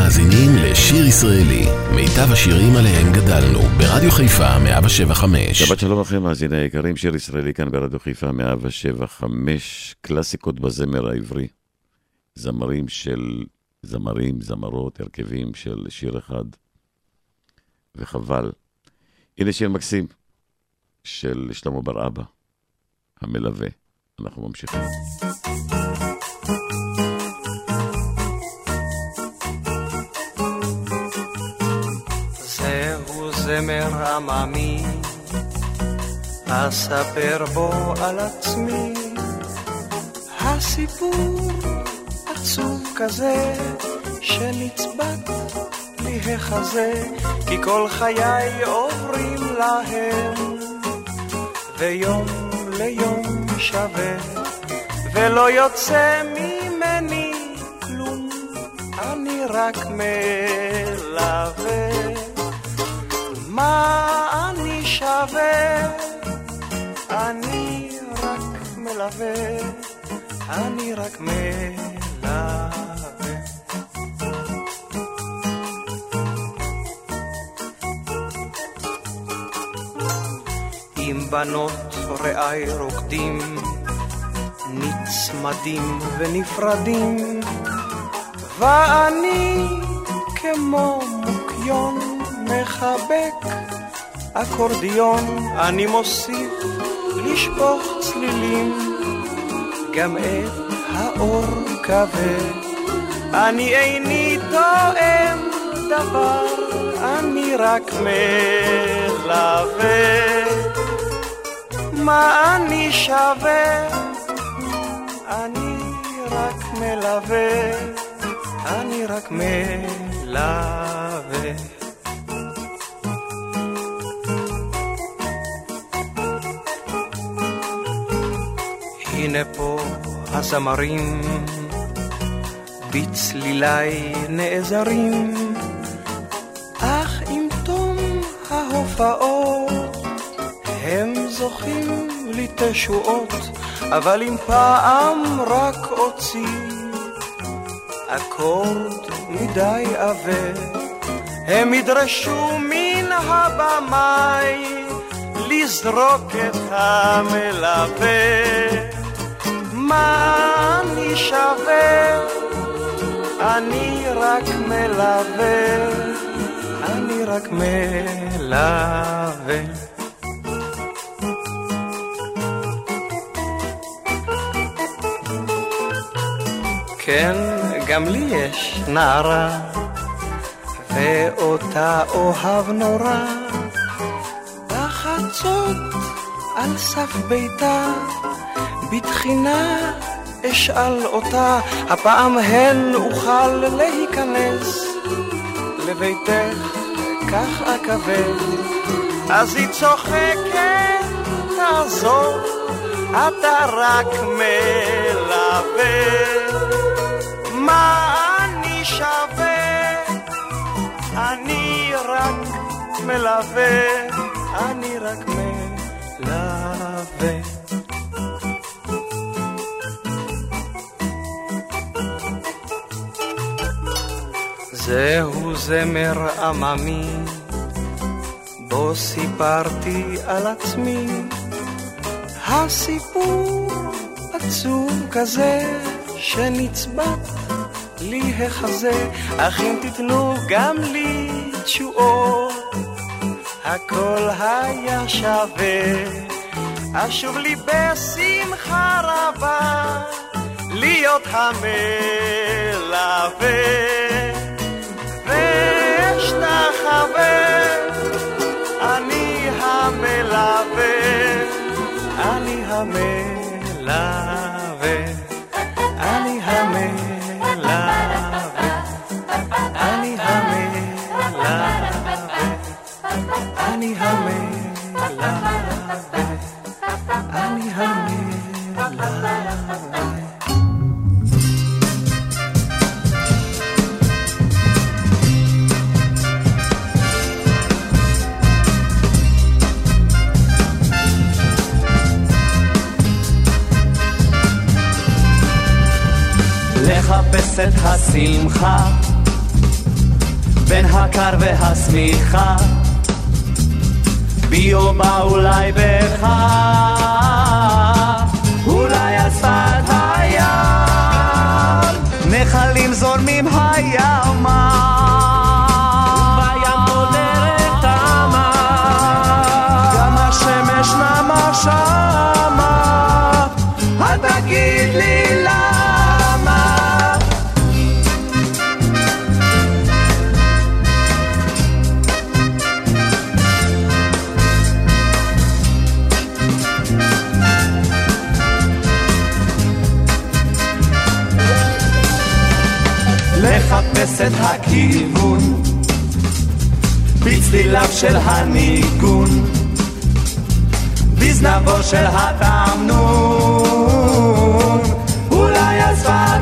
מאזינים לשיר ישראלי, מיטב השירים עליהם גדלנו, ברדיו חיפה 107.5. שבת שלום לכם, מאזיני היקרים, שיר ישראלי כאן ברדיו חיפה 107.5, קלאסיקות בזמר העברי, זמרים, זמרות, הרכבים של שיר אחד, וחבל. הנה שיר מקסים של שלמה בר אבא, המלווה. אנחנו ממשיכים. זמר עממי, אספר בו על עצמי, הסיפור עצוב כזה שנצבט לי החזה, כי כל חיי עוברים להם ויום ליום שווה, ולא יוצא ממני כלום, אני רק מלווה. מה אני שווה? אני רק מלווה, אני רק מלווה. עם בנות רעי רוקדים, נצמדים ונפרדים, ואני כמו מוקיון מחבק אקורדיון, אני מוסיף לשפוך צלילים, גם את האור כבד. אני איני תואם דבר, אני רק מלווה. מה אני שווה? אני רק מלווה, אני רק מלווה. הנה פה הזמרים בצלילי נעזרים, אך עם תום ההופעות הם זוכים לי תשועות, אבל אם פעם רק הוציא אקורד מדי עבה, הם ידרשו מן הבמאי לזרוק את המלווה. מה אני שווה? אני רק מלווה, אני רק מלווה. כן, גם לי יש נערה, ואותה אוהב נורא, בחצות על סף ביתה, בתחינה אשאל אותה, הפעם הן אוכל להיכנס לביתך, כך אקבל. אז היא צוחקת, תעזור, אתה רק מלווה. מה אני שווה? אני רק מלווה, אני רק מלווה. זהו זמר עממי, בו סיפרתי על עצמי, הסיפור עצוב כזה שנצבט לי החזה, אך אם תתנו גם לי תשועות, הכל היה שווה. אשוב לי בשמחה רבה להיות המלווה, ואשתחווה, אני המלווה, אני המלווה, אני המלווה, אני המלווה, אני המלווה, אני המלווה. לחפש את השמחה בין הקר והסמיכה, בי או בה אולי בך, אולי על שפת הים, נחלים זורמים הימה, ובים בודרת תמה, גם השמש נמה שמה, אל תגיד לי למה. לחפש את הכיוון בצליליו של הניגון, בזנבו של התמנון, אולי על שפת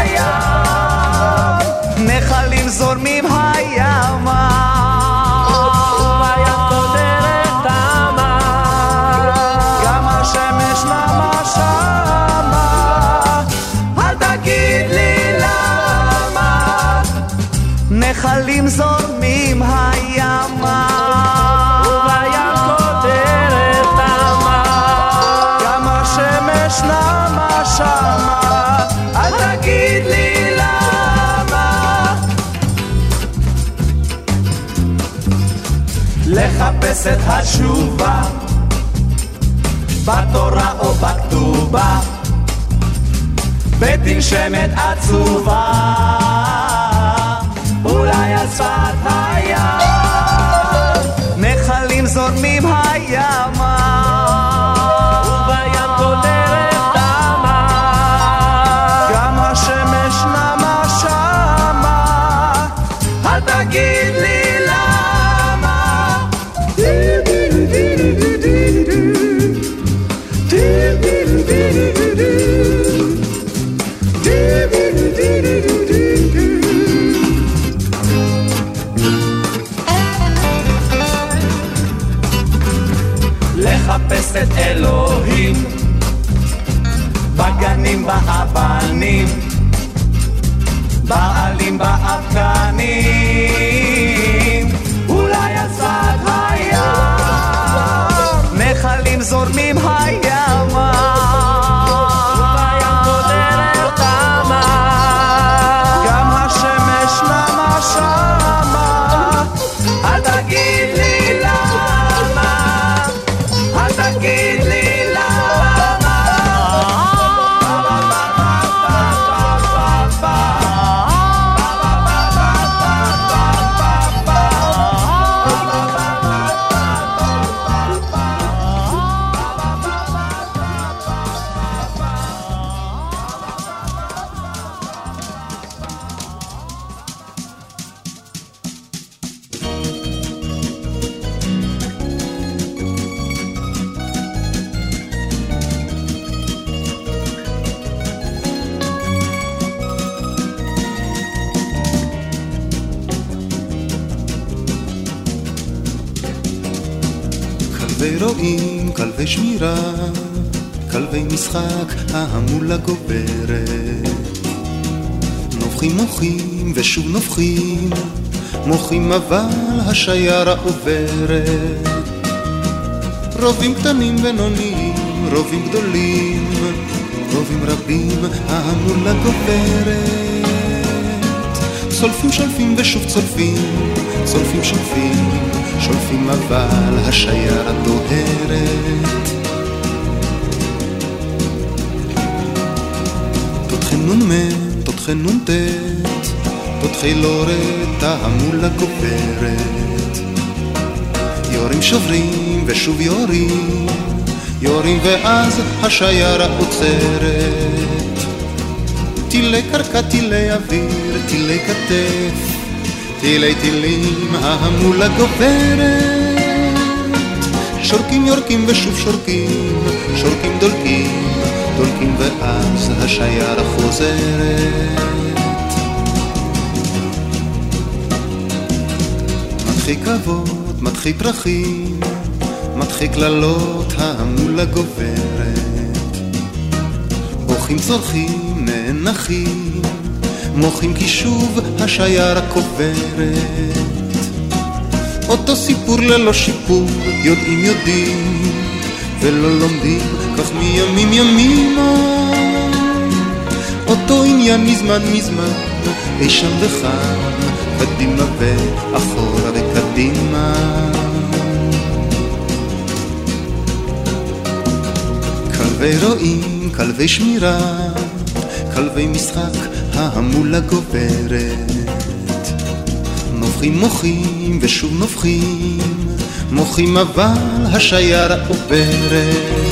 הים, נחלים זורמים הימה, ובים קודרת תמה, גם השמש נמה שמה, אל תגיד לי למה, נחלים זורמים הימה, ובים קודרת תמה, גם השמש נמה שמה, אל תגיד לי למה. לחפש את התשובה בתורה או בכתובה, בתנשמת עצובה, אולי על שפת הים, נחלים זורמים הימה, ובים קודרת תמה, גם השמש נמה שמה, אל תגיד לי למה. לחפש את אלוהים בגנים באבנים, בעלים באבקנים, אולי על שפת הים, נחלים זורמים הימה, ובים קודרת תמה, גם השמש נמה שמה, אל תגיד לי למה, אל תגיד לי למה. כלבי רועים, כלבי שמירה, כלבי משחק, ההמולה גוברת. נובחים מוחים ושוב נובחים, מוחים אבל השיירה עוברת. רובים קטנים בינוניים, רובים גדולים, רובים רבים, ההמולה גוברת. צולפים שולפים ושוב צולפים, צולפים שולפים, שולפים אבל השיירה דוהרת. תותחי נ"מ, תותחי נ"ט, תותחי לורת, ההמולה גוברת. יורים שוברים ושוב יורים, יורים ואז השיירה עוצרת. טילי קרקע, טילי אוויר, טילי כתף, טילי טילים, ההמולה גוברת. שורקים יורקים ושוב שורקים, שורקים דולקים, דולקים ואז השיירה חוזרת. מתחיל כבוד, מתחיל פרחים, מתחיל כללות, ההמולה גוברת. בוכים צורכים, נאנחים, מוחים כי שוב השיירה קוברת. אותו סיפור ללא שיפור, יודעים ולא לומדים, כך מימים ימימה. אותו עניין מזמן אי שם וחם, קדימה ואחורה וקדימה. כלבי רועים, כלבי שמירה, כלבי משחק, ההמולה גוברת. נובחים מוחים ושוב נובחים, מוחים אבל השיירה עוברת.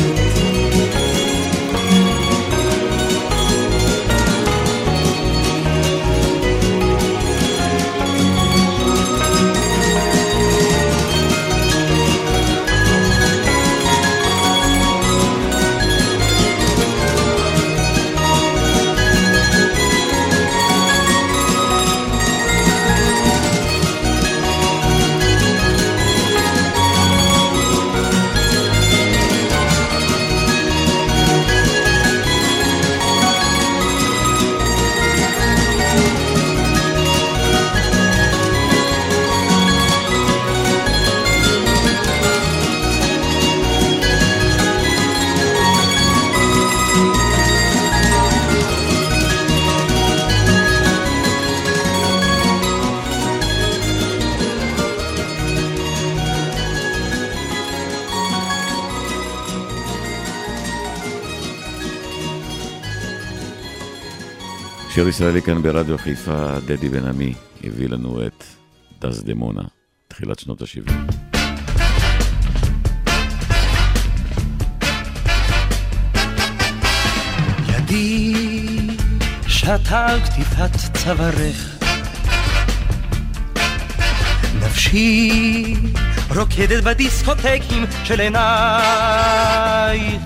שיר ישראלי כאן ברדיו חיפה. דדי בן עמי הביא לנו את דסדמונה, תחילת שנות ה-70. ידי שתה על כתיפת צווארך, נפשי רוקדת בדיסקוטקים של עינייך,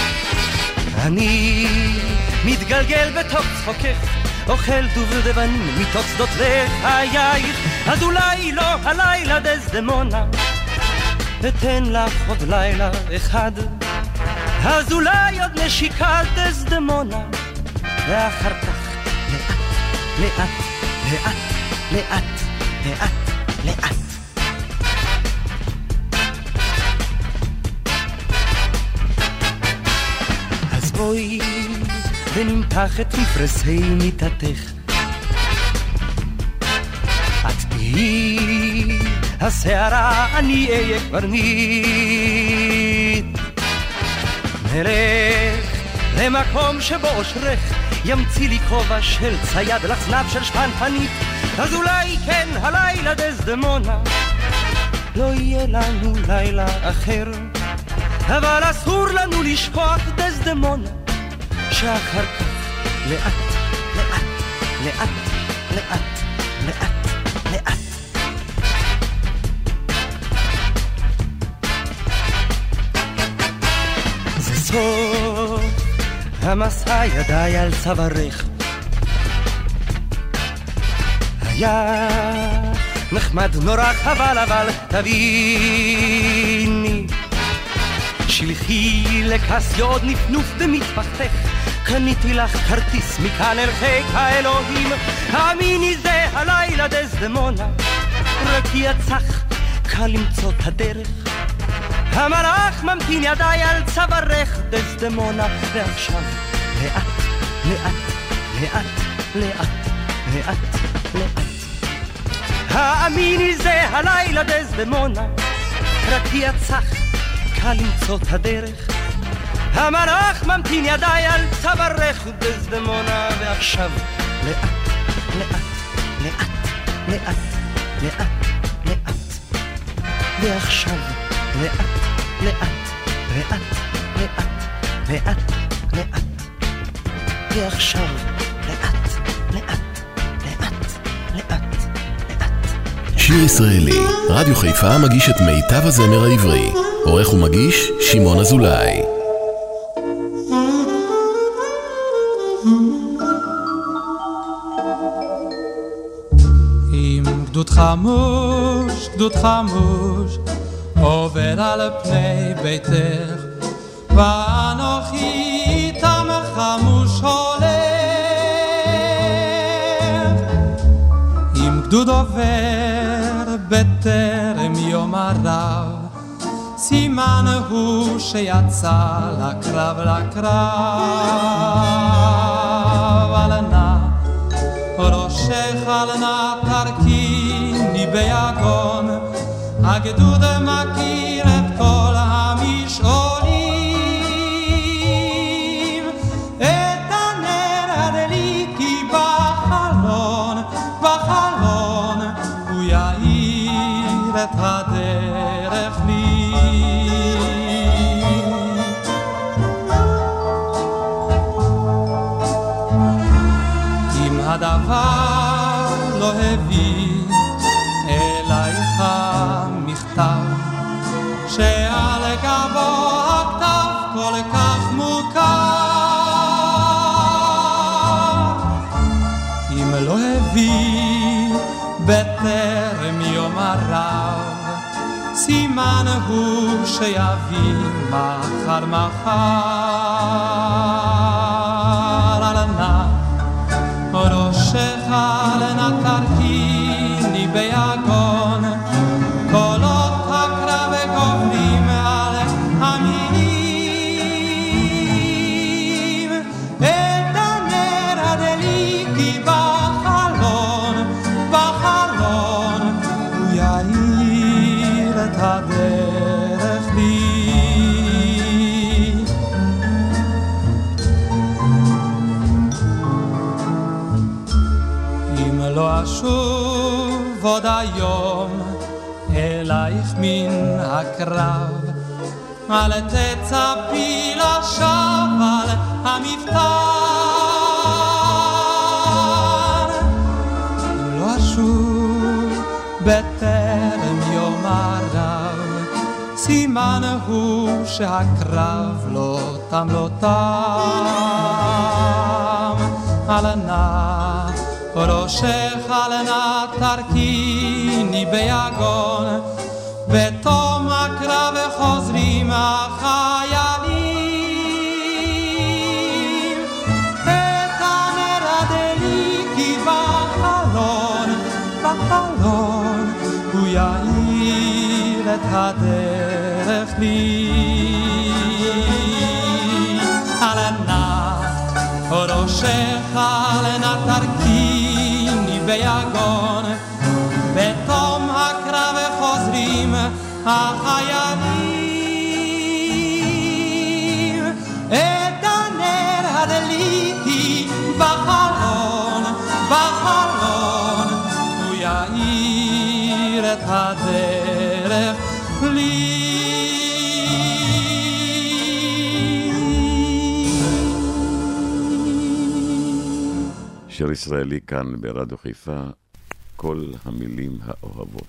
אני מתגלגל בתוך צחוקך, אוכל דובדבנים מתוך שדות לחייך. אז אולי לא הלילה דסדמונה, אתן לך עוד לילה אחד. אז אולי עוד נשיקה דסדמונה, ואחר כך לאט, לאט, לאט, לאט, לאט, לאט. אז בואי ונמתח את מפרסי מיטתך, את תהי השערה, אני אהיה קברניט. נלך למקום שבו אושרך ימציא לי כובע של צייד, לחסנב של שפנפנית. אז אולי כן הלילה דסדמונה לא יהיה לנו לילה אחר, אבל אסור לנו לשכוח דסדמונה, שאחר כך לאט, לאט, לאט, לאט, לאט, לאט. זה סוף המסע, ידיי על צווארך, היה נחמד נורא אבל תביני, שלחי לכס יוד נפנוף במטפחתך, קניתי לך כרטיס מכאן אל חיק האלוהים. האמיני זה הלילה דסדמונה, רק יצח קל למצוא את הדרך, המלאך ממתין ידיי על צווארך דסדמונה. ועכשיו לאט, לאט, לאט, לאט, לאט, לאט. האמיני זה הלילה דסדמונה, רק יצח קל למצוא את הדרך, המלאך ממתין ידיי על צווארך דסדמונה. ועכשיו לאט, לאט, לאט, לאט, לאט, לאט. ועכשיו לאט, לאט, לאט, לאט, לאט, לאט. ועכשיו לאט, לאט, לאט, לאט, לאט. שיר ישראלי, רדיו חיפה מגיש את מיטב הזמר העברי. עורך ומגיש שמעון אזולאי. גדוד חמוש, גדוד חמוש, עובד על פני ביתך, ואנוכי איתם חמוש הולך. הגדוד עובר בטרם יום הרב, סימן הוא שיצא לקרב על נא ראשך על נא תרכיני ביגון, הגדוד מכיר את כל המשעולים, את הנר הדליקי בחלון הוא יאיר את הדרך לי. אם הדבר לא הביא אלייך מכתב שעל גבו הכתב כל כך מוכר, אם לא הביא בטרם יום הרב, סימן הוא שיביא מחר על נא ראשך על נא תרכיני ביגון, קולות הקרב גוברים על המילים, את הנר הדליקי בחלון הוא יאיר את הדרך לי. אם לא אשוב עוד היום אלייך מן הקרב, אל תצפי לשווא על המבטר. אם לא אשוב בטרם יום הרב, סימן הוא שהקרב לא תם על נא ראשך על נא תרכיני ביגון, בתום הקרב חוזרים החיילים, את הנר הדליקי בחלון הוא יאיר את הדרך לי. על נא ראשך על נא תרכיני ביגון, בתום הקרב חוזרים החיילים, את הנר הדליקי בחלון הוא יאיר את הדרך לי. שיר ישראלי כאן ברדיו חיפה, כל המילים האוהבות.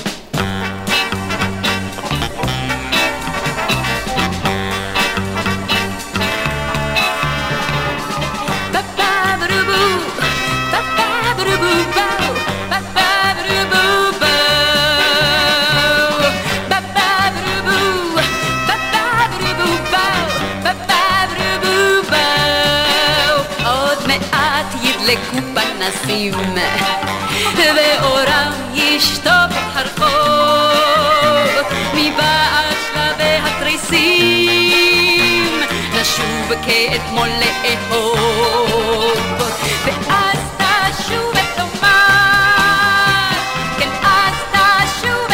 לקופנסים ואורם ישטוף הרחוב, מבעד שלבי התריסים נשוב כאתמול לאהוב, ואז תשוב ותאמר, כן אז תשוב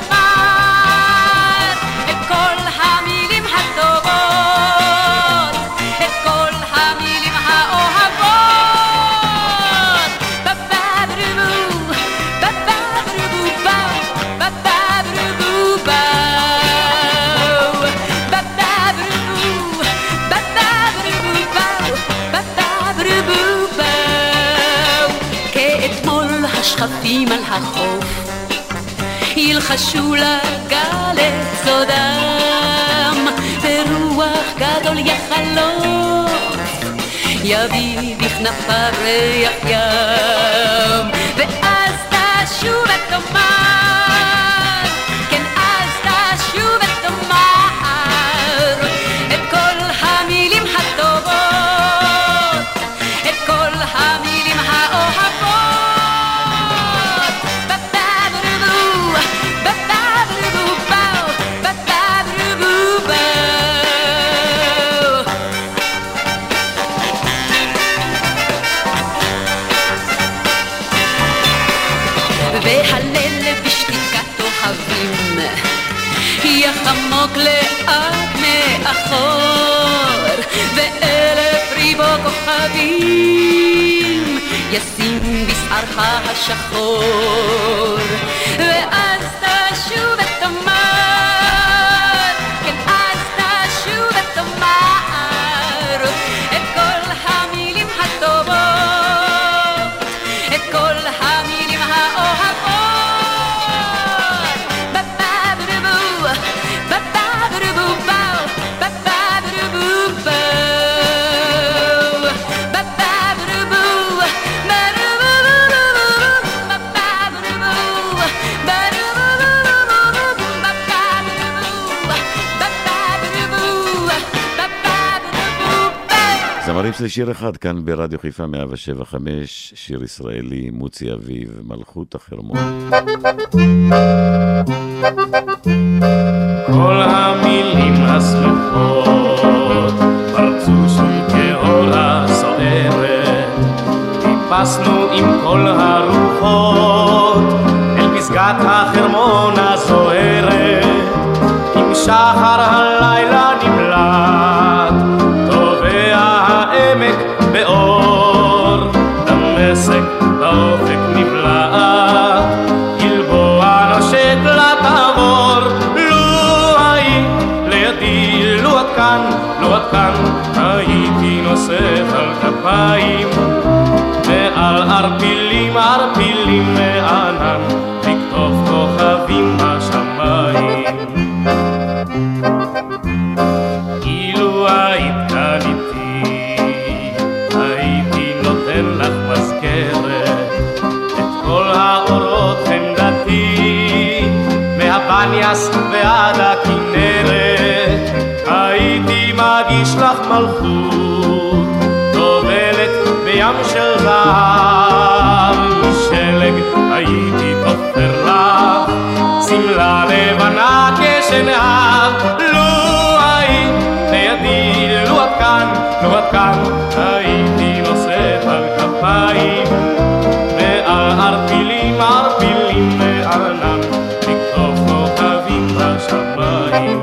ותאמר את כל המילים הטובות, את כל המילים האוהבות. השכפים על החוף ילחשו לגל את סודם, ברוח גדול יחלוף יביא בכנפיו ריח ים, ואז תשוב ותאמר, כן אז תשוב ותאמר את כל המילים הטובות, את כל המילים האוהבות. והליל בשתיקת אוהבים יחמוק לאט מאחור, ואלף ריבו כוכבים ישים בשערך השחור, ואז תשוב ותאמר, כן אז תשוב ותאמר את כל המילים הטובות, את כל המילים האוהבות. זמרים של שיר אחד כאן ברדיו חיפה 107.5, שיר ישראלי, מוצי אביב, מלכות החרמון. כל המילים הסלוחות פרצו שום כאורה סוערת, טיפסנו עם כל הרוחות אל פסגת החרמון הזוהרת, עם שחר הלילה נמלט העמק באור, דמשק באופק נבלעת, גלבוע נושק לתעבור. לו היית לידי, לו את כאן, הייתי נוסף על כפיים, ועל ערפילים מענן, לכתוב כוכבים בשמיים. אילו היית כאן איתי, הייתי נותן לך מזכרת את כל האורות חמדתי, מהבניאס ועד הכנרת. הייתי מגיש לך מלכות טובלת בים של זהב, משלג הייתי תופר לך סמלה לבנה כשנהב. לו היית לידי, לו את כאן, הייתי נושאת על כפיים, ועל ערפילים מענן, לכתוב כוכבים בשמיים.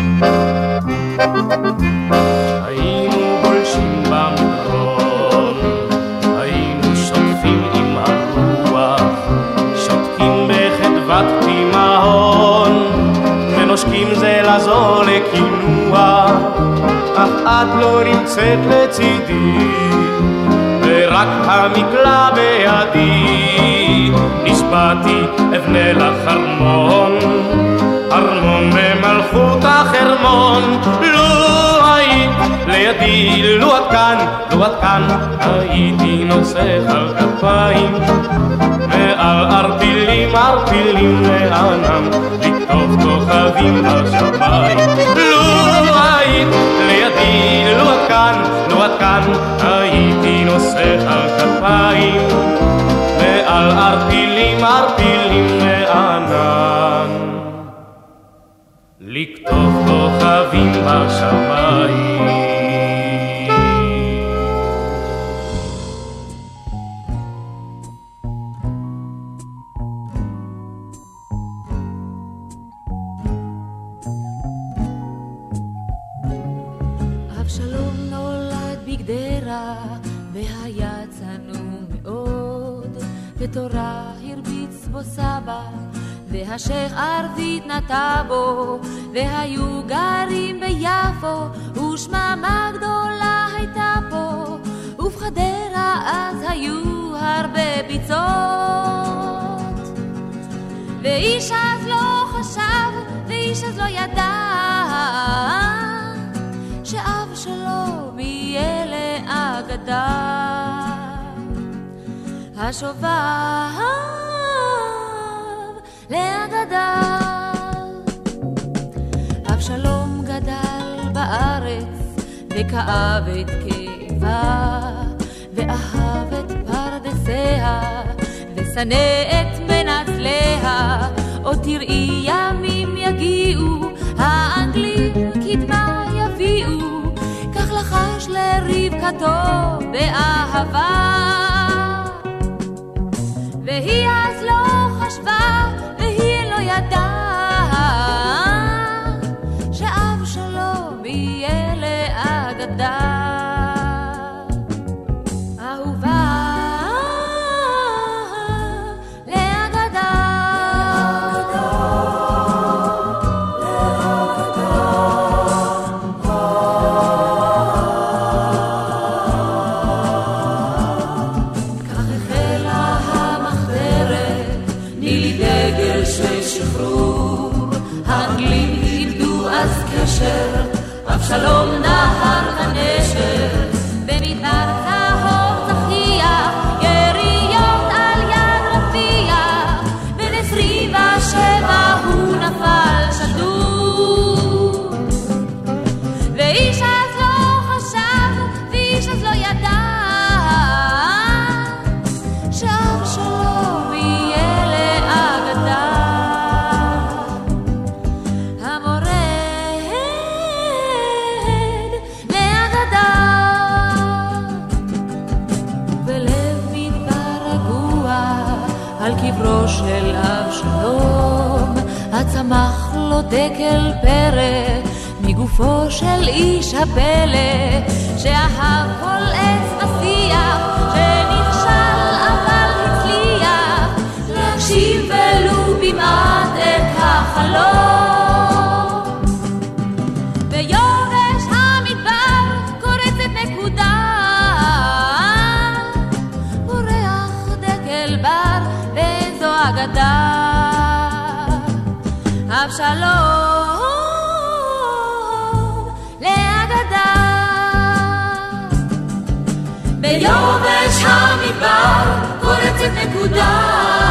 היינו גולשים במדרון, היינו שוטפים עם הרוח, שותקים בחדוות תימהון, ונושקים זה לזו לכינוע, אך את לא נמצאת לצידי, ורק המקלה בידי. נשבעתי אבנה לך ארמון, ארמון במלכות החרמון. לו היית לידי, לו את כאן, הייתי נוסף על כפיים, ועל ערפילים מענן, לכתוב כוכבים בשמיים. לו היית לידי, לו את כאן, הייתי נוסף על כפיים, ועל ערפילים מענן, לכתוב כוכבים בשמיים. אבשלום נולד בגדרה והיה צנום מאוד, ותורה הרביץ בו סבא והשייך ערבית נטע בו, והיו גרים ביפו ושממה גדולה הייתה פה, ובחדרה אז היו הרבה ביצות, ואיש אז לא חשב ואיש אז לא ידע שאב שלו יהיה לאגדה. השובב לאגדה. אבשלום גדל בארץ וכאב את כאבה, ואהב את פרדסיה ושנא את מנצליה. עוד תראי ימים יגיעו, האנגלים קדמה יביאו, כך לחש לרבקתו באהבה, והיא אז לא חשבה והיא לא ידעה שאבשלום יהיה לאגדה. אבשלום נהר הנשר במדבר צהוב צחיח, יריות על יד רפיח, בן 27 הוא נפל שדוד. ואיש אז לא חשב ואיש אז לא ידע שאבשלום יהיה לאגדה. קברו של אבשלום הצמח לו דקל פרא מגופו של איש הפלא שאהב כל עץ ושיח, שנכשל אבל הצליח להגשים ולו במעט את החלום. ביובש המדבר קורצת נקודה, פורח דקל בר וזו אגדה. אבשלום לאגדה. ביובש המדבר קורצת נקודה,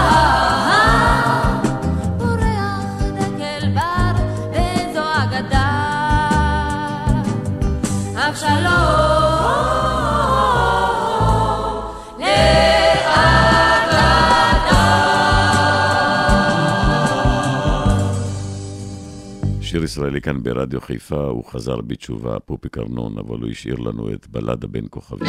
פורח דקל בר וזו אגדה. אבשלום שיר ישראלי כאן ברדיו חיפה. הוא חזר בתשובה, פופיק ארנון, אבל הוא השאיר לנו את בלדה בין כוכבים.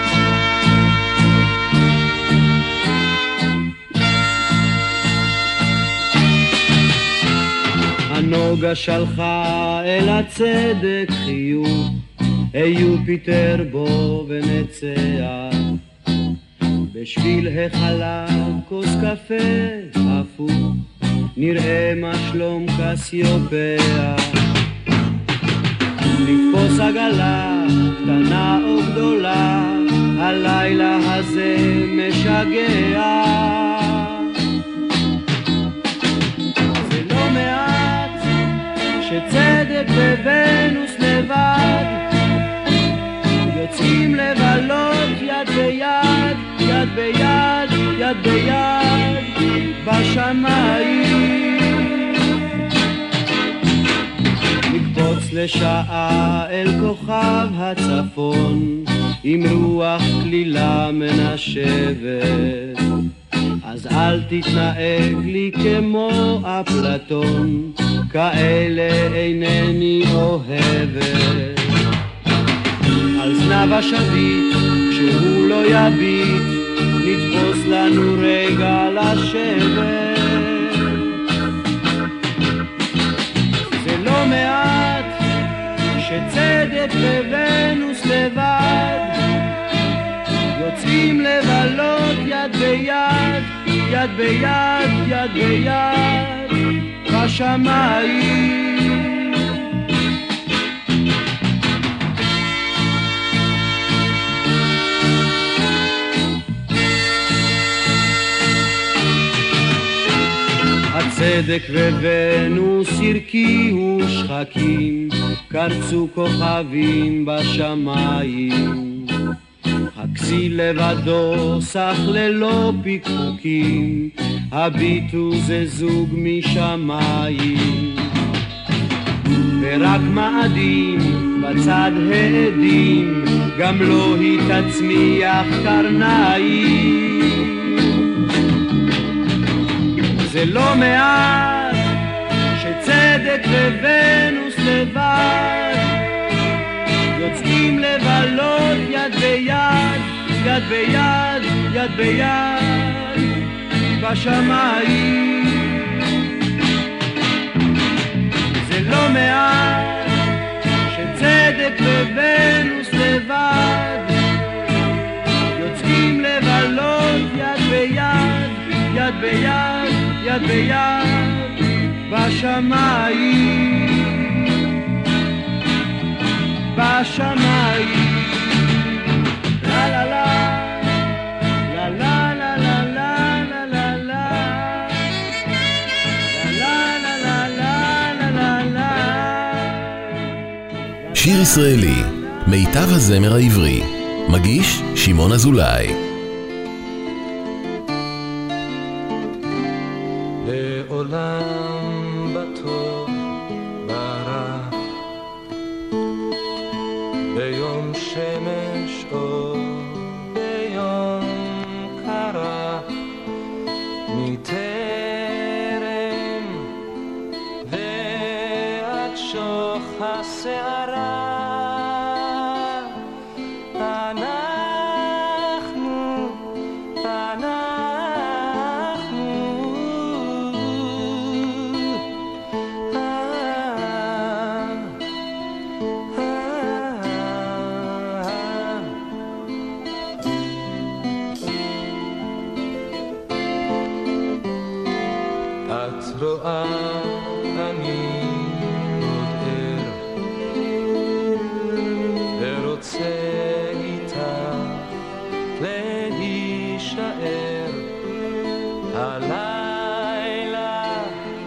הנוגה שלחה אל הצדק חיוך, יופיטר בו ונצח, בשביל החלב כוס קפה הפוך, נראה מה שלום קסיופיה. לתפוס עגלה קטנה או גדולה, הלילה הזה משגע. זה לא מעט שצדק וונוס לבד יוצאים לבלות יד ביד, יד ביד, יד ביד בשמיים. נקפוץ לשעה אל כוכב הצפון עם רוח כלילה מנשבת, אז אל תתנהג לי כמו אפלטון, כאלה אינני אוהבת. על זנב השביט שהוא לא יביט, נתפוס לנו רגע לשבת. זה לא מעט שצדק וונוס לבד יוצאים לבלות יד ביד, יד ביד, יד ביד בשמיים. הצדק וונוס הרקיעו שחקים, קרצו כוכבים בשמיים. הכסיל לבדו סך ללא פיקפוקים, הביטו זה זוג משמיים. ורק מאדים בצד העדים, גם לא היא תצמיח קרניים. זה לא מעט שצדק וונוס לבד יוצאים לבלות יד ביד, יד ביד, יד ביד בשמיים. זה לא מעט שצדק וונוס לבד יוצאים לבלות יד ביד, יד ביד, יד ביד בשמיים, בשמיים. לה לה לה שיר ישראלי, מיטב הזמר העברי, מגיש שמעון אזולאי. לעולם בטוב ברע, ביום שמש או ביום קרה, מטרם ועד שוך השערה, רואה אני עוד ער ורוצה איתה להישאר הלילה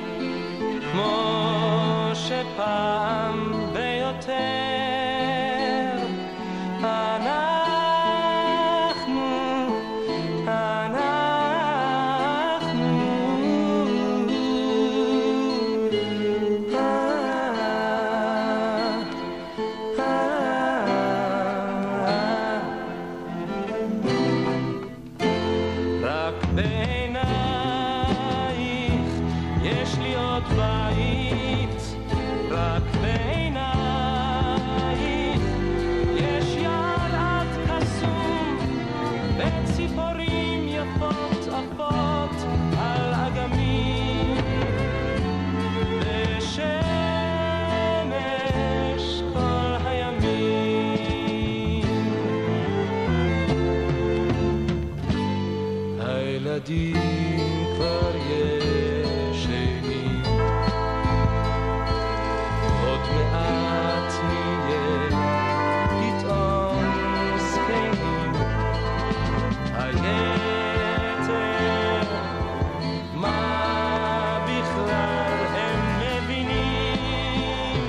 כמו שפעם ביותר הילדים כבר ישנים, עוד מעט נהיה פתאום זקנים, היתר מה בכלל הם מבינים,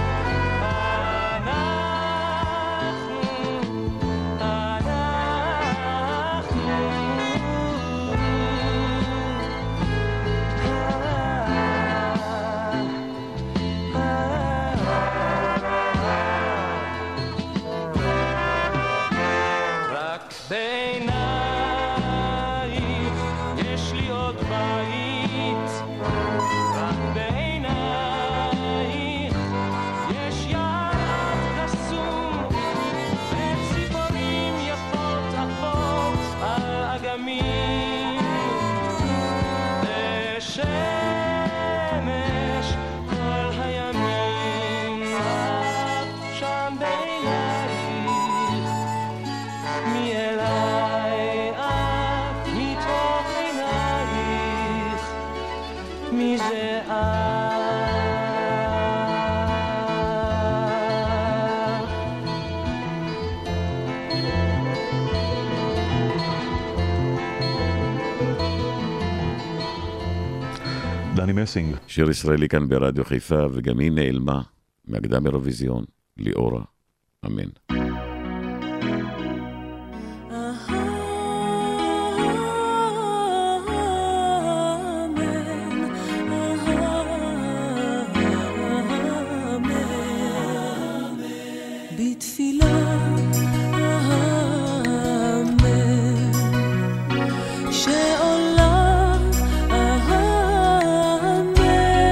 דני מסינג. שיר ישראלי כאן ברדיו חיפה, וגם היא נעלמה מהקדם אירוויזיון, ליאורה. אמן.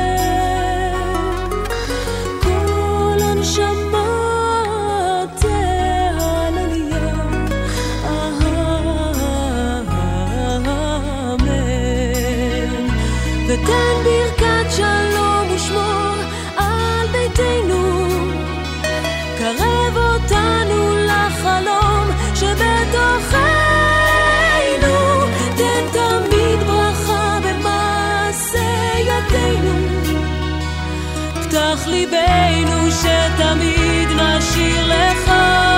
כל הנשמות ותן ברכת שלום ושמור על ביתנו, קרב אותנו לחלום שבתוכנו, תן תמיד ברכה במעשה ידינו, פתח ליבנו שתמיד נשיר לך.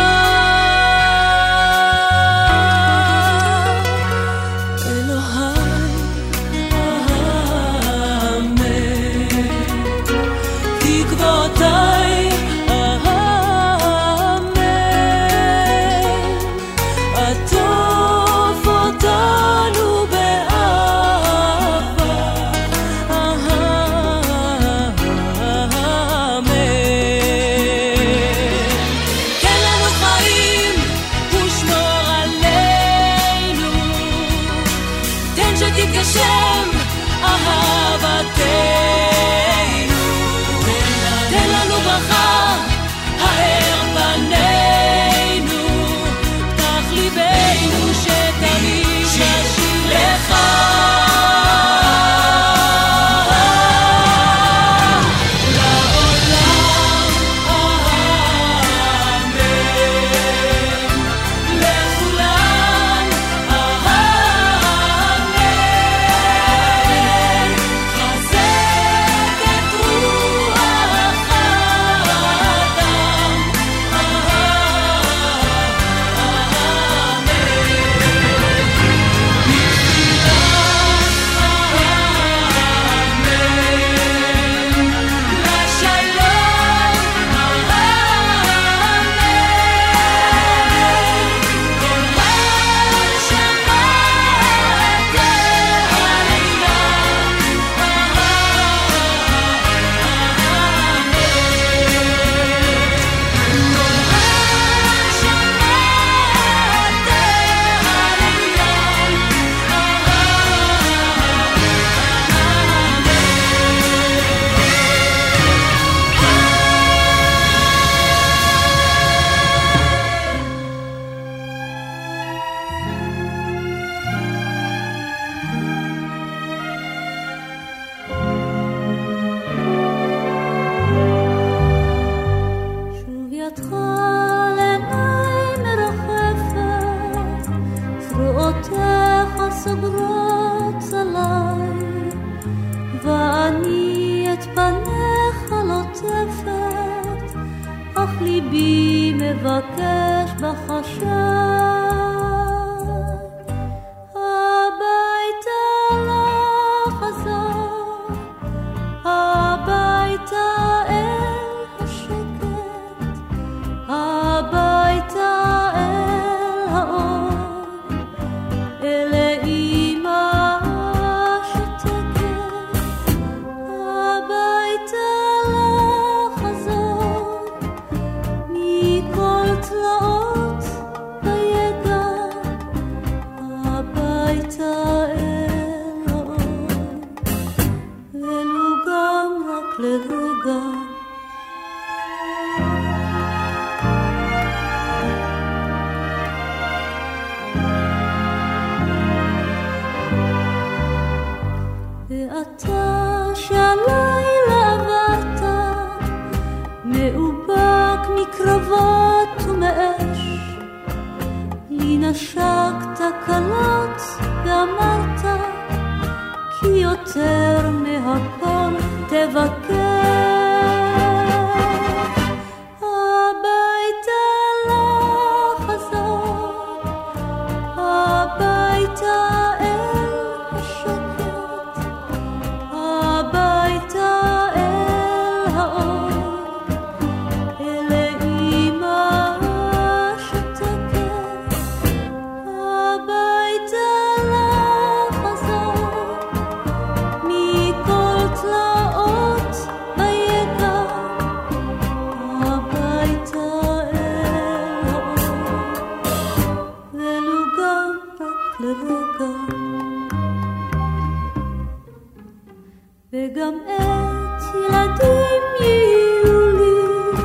וגם את ילדים יהיו לי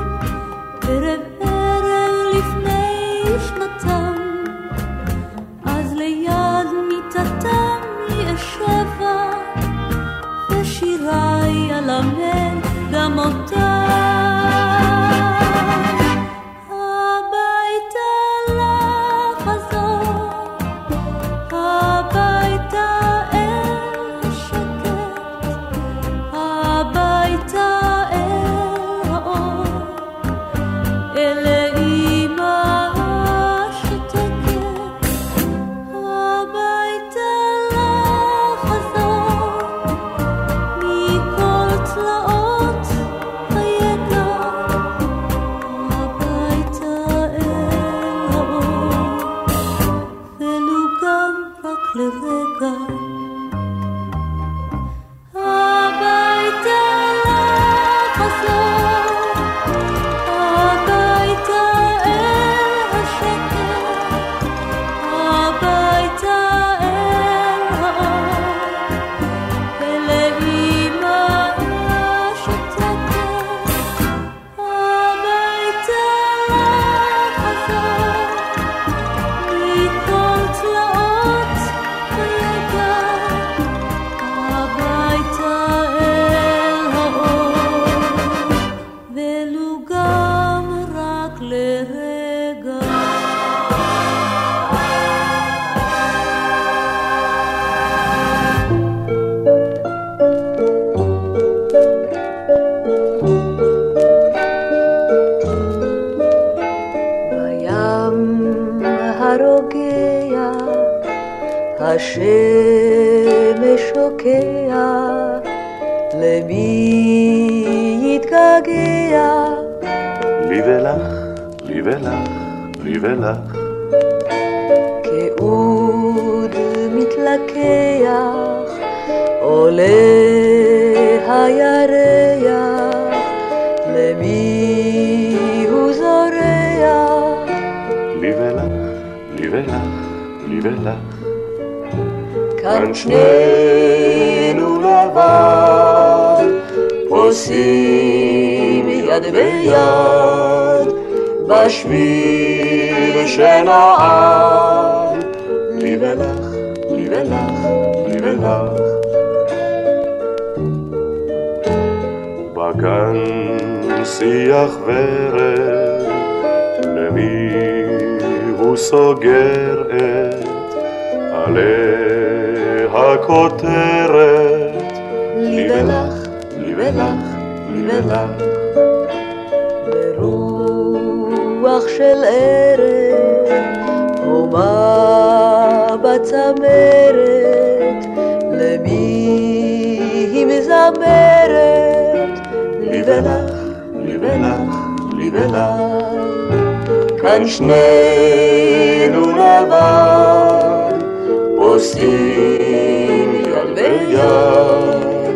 ערב ערב לפני שנתם, אז ליד מיטתם לי אשבה למי יתגעגע? לי ולך, לי ולך, לי ולך. כאוד מתלקח, עולה הירח, למי הוא זורח? לי ולך, לי ולך, לי ולך. כאן שנינו לבד, פוסעים יד ביד, בשביל שנעד. לי ולך, לי ולך, לי ולך. בגן שיח ורד, למי הוא סוגר את עלי הכותרת? לי ולך, לי ולך, לי ולך. ברוח של ערב, הומה בצמרת, למי היא מזמרת? לי ולך, לי ולך, לי ולך. כאן שנינו לבד, פוסעים יד ביד,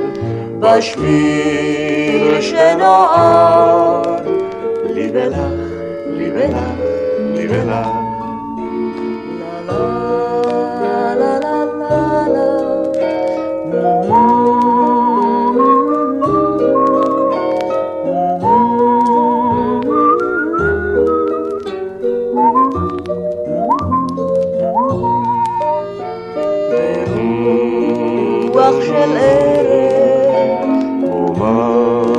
בשביל שנעד. לי ולך, לי ולך, לי ולך. ברוח של ערב, הומה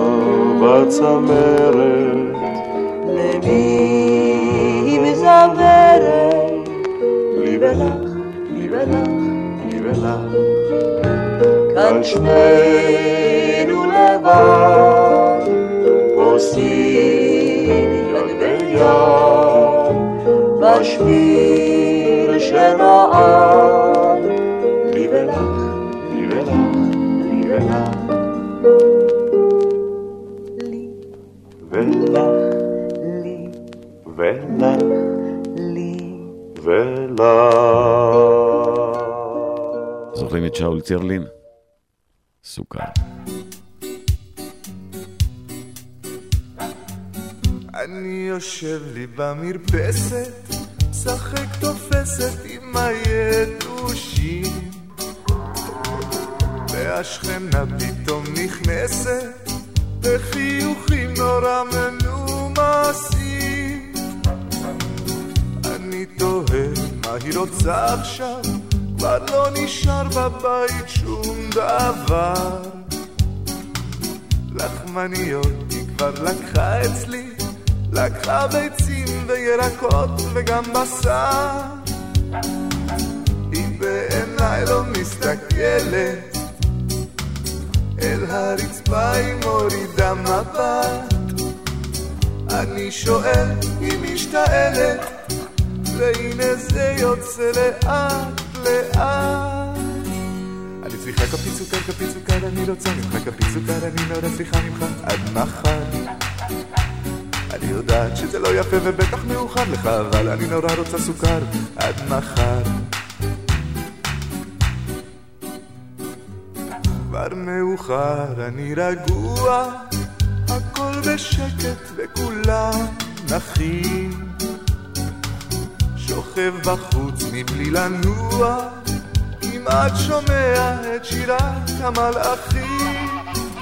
בצמרת, למי היא מזמרת? לי ולך, לי ולך, לי ולך. כאן שנינו לבד, פוסעים יד ביד, בשביל שנעד. לי ולך, לי ולך, לי ולך. לי ולך, לי ולך, לי ולך. זוכרים את שאול צירלין? סוכר. אני יושב לי במרפסת, משחק תופסת עם היתושים, והשכנה פתאום נכנסת בחיוכים נורא מנומסים. אני תוהה מה היא רוצה עכשיו, כבר לא נשאר בבית שום דבר. לחמניות היא כבר לקחה אצלי, לקחה ביצים וירקות וגם בשר. היא בעיניי לא מסתכלת, אל הרצפה היא מורידה מבט. אני שואל, היא משתעלת, והנה זה יוצא לאט לאט. אני צריכה כפית סוכר, אני רוצה ממך כפית סוכר, אני נורא צריכה ממך עד מחר. אני יודעת שזה לא יפה ובטח מאוחר לך, אבל אני נורא רוצה סוכר עד מחר. כבר מאוחר, אני רגוע, הכל בשקט וכולם נחים. שוכב בחוץ מבלי לנוע, כמעט שומע את שירת המלאכים.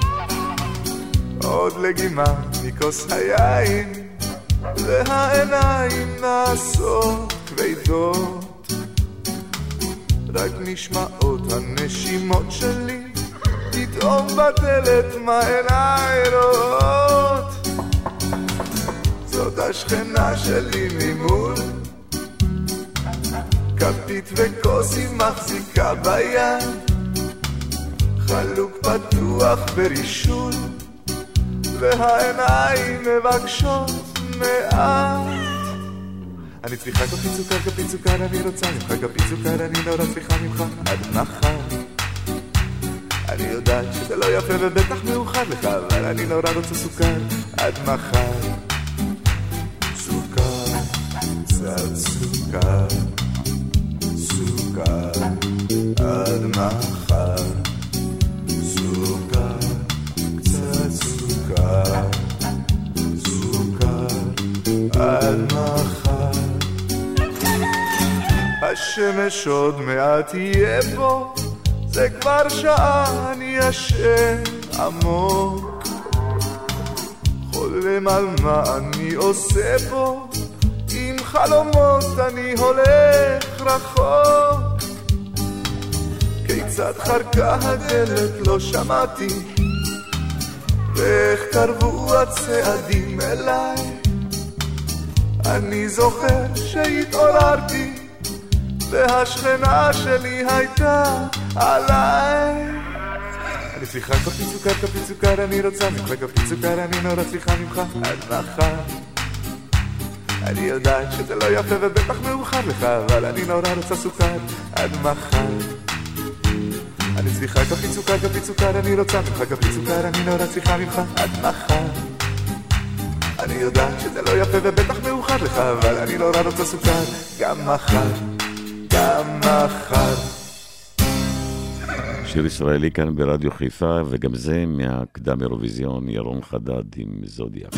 עוד לגימה מכוס היין, והעיניים נעשות כבדות. רק נשמעות הנשימות שלי, פתאום בדלת מה עיניי רואות. זאת השכנה שלי ממול, כפית וכוס היא מחזיקה ביד, חלוק פתוח ברישול, והעיניים מבקשות מעט. אני צריכה כפית סוכר, אני רוצה ממך כפית סוכר, אני נורא צריכה ממך עד מחר. אני יודעת שזה לא יפה ובטח מאוחר לך, אבל אני נורא רוצה סוכר עד מחר. סוכר, קצת סוכר, סוכר עד מחר. סוכר, קצת סוכר, סוכר עד מחר. השמש עוד מעט יהיה פה, זה כבר שעה אני ישן עמוק, חולם על מה אני עושה פה, עם חלומות אני הולך רחוק. כיצד חרקה הדלת לא שמעתי, ואיך קרבו הצעדים אליי. אני זוכר שהתעוררתי והשכנה שלי הייתה עליי. אני צריכה קפי סוכר, קפי סוכר, אני רוצה ממך קפי סוכר, אני נורא צריכה ממך עד מחר. אני יודעת שזה לא יפה ובטח מאוחר לך, אבל אני נורא רוצה סוכר עד מחר. אני צריכה קפי סוכר, קפי סוכר, אני רוצה ממך קפי סוכר, אני נורא צריכה ממך עד מחר. אני יודעת שזה לא יפה ובטח מאוחר לך, אבל אני נורא רוצה סוכר גם מחר, גם מחר. שיר ישראלי כאן ברדיו חיפה, וגם זה מהקדם אירוויזיון, ירון חדד עם זודיאק.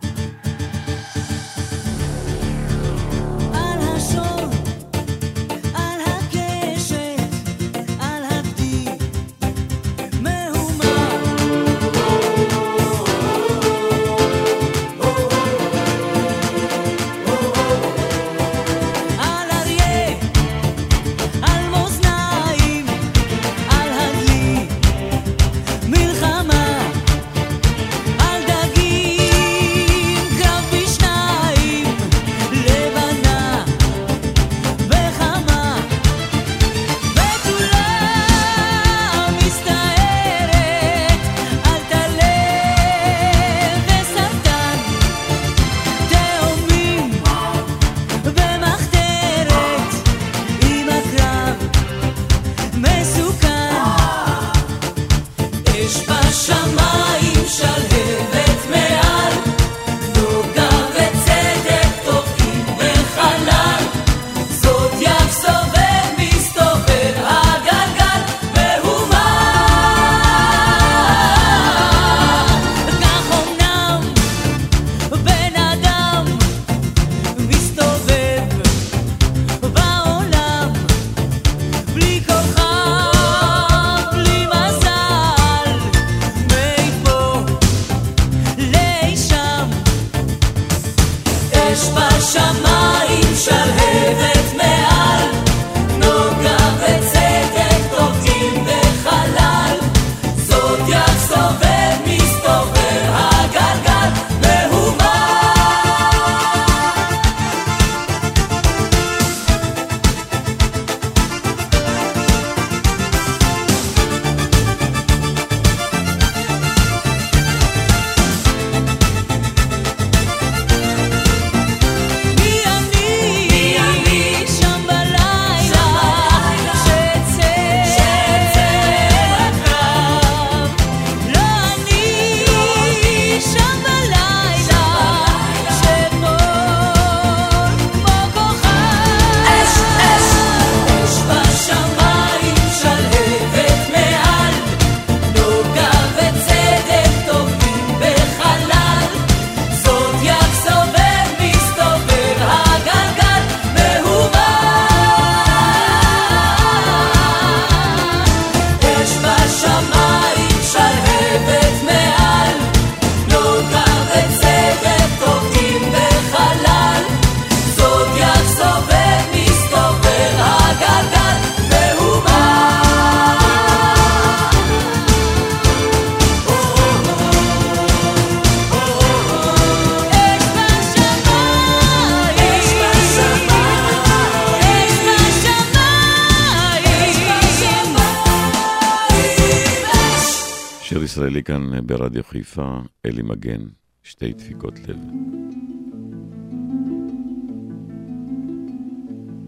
ישראלי כאן ברדיו חיפה, אלי מגן, שתי דפיקות לב.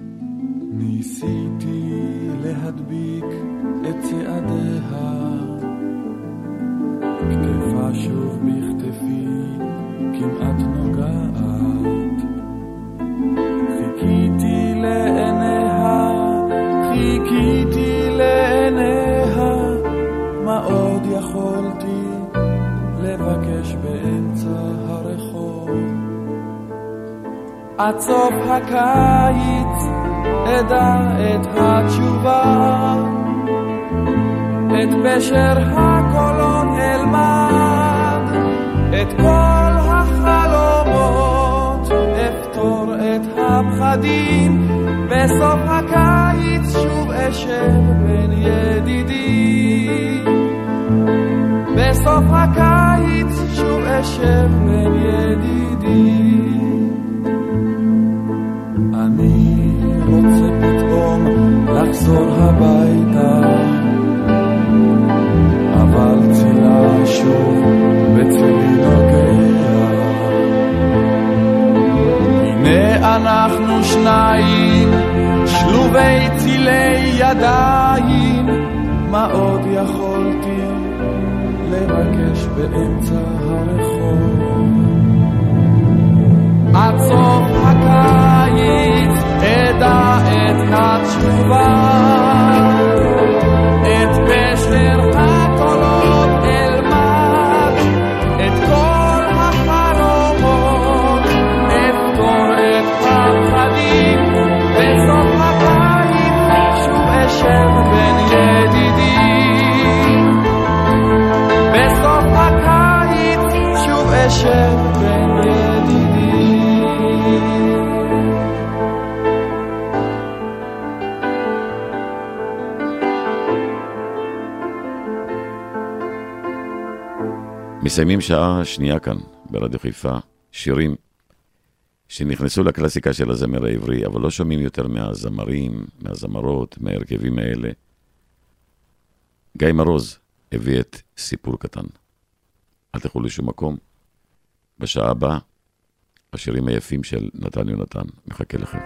ניסיתי להדביק את צעדיה שוב בכתפי כמעט נוגעת. חיכיתי לעיניה, מה עוד יכולתי לבקש באמצע הרחוב? עד סוף הקיץ אדע את התשובה, את פשר הקולון אלמד, את כל החלומות אפתור את הפחדים. בסוף הקיץ שוב אשב בין ידידים, בסוף הקיץ שוב אשב בין ידידים. אני רוצה פתאום לחזור הביתה, אבל צילה שוב בצלי נוגע. הנה אנחנו שניים שלובי צילי ידיים, מה עוד יכולתי לבקש באמצע הרחוב? עד סוף הקיץ אדע את התשובה, את פשר הקולות אלמד, את כל החלומות אפתור את הפחדים. בסוף הקיץ שוב אשב בין ידידים, בסוף הקיץ שוב אשב בין ידידים. מסיימים שעה שנייה כאן ברדיו חיפה, שירים שנכנסו לקלאסיקה של הזמר העברי, אבל לא שומעים יותר מהזמרים, מהזמרות, מהרכבים האלה. גיא מרוז הביא את סיפור קטן. אל תלכו לשום מקום. בשעה הבאה, השירים היפים של נתן יונתן מחכה לכם.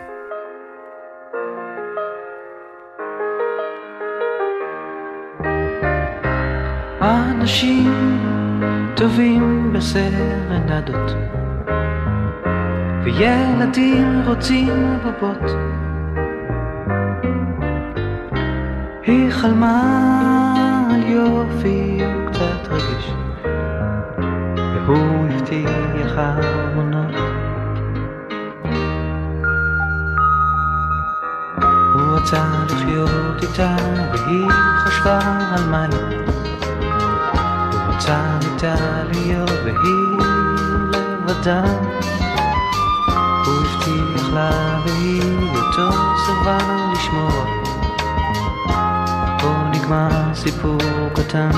אנשים טובים בסרנדות, וילדים רוצים בובות. היא חלמה על יופי וקצת רגיש, והוא הבטיח המונות. הוא רצה לחיות איתה והיא חשבה על מים. הוא רצה איתה להיות והיא לבדה. הוא הבטיח לה והיא אותו סרבה לשמוע. פה נגמר סיפור קטן.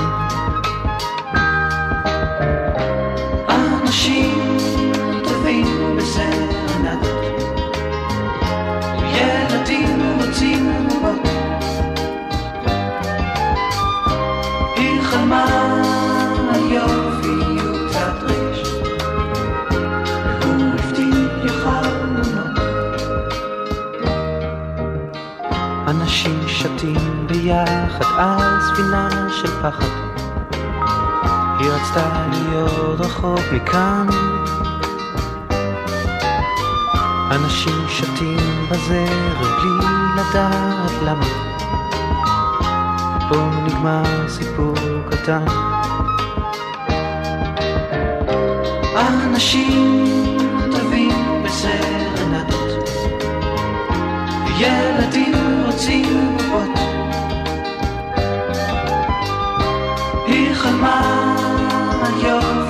אנשים טובים בסרנדות, ילדים רוצים בובות. היא חלמה על יופי וקצת רגש, והוא הבטיח חלומות. אנשים שתים ביחד על ספינה של פחד. היא רצתה להיות רחוק מכאן. אנשים שתים בזרם בלי לדעת למה. פה נגמר סיפור קטן. אנשים טובים בסרנדות, ילדים רוצים בובות. היא חלמה על יום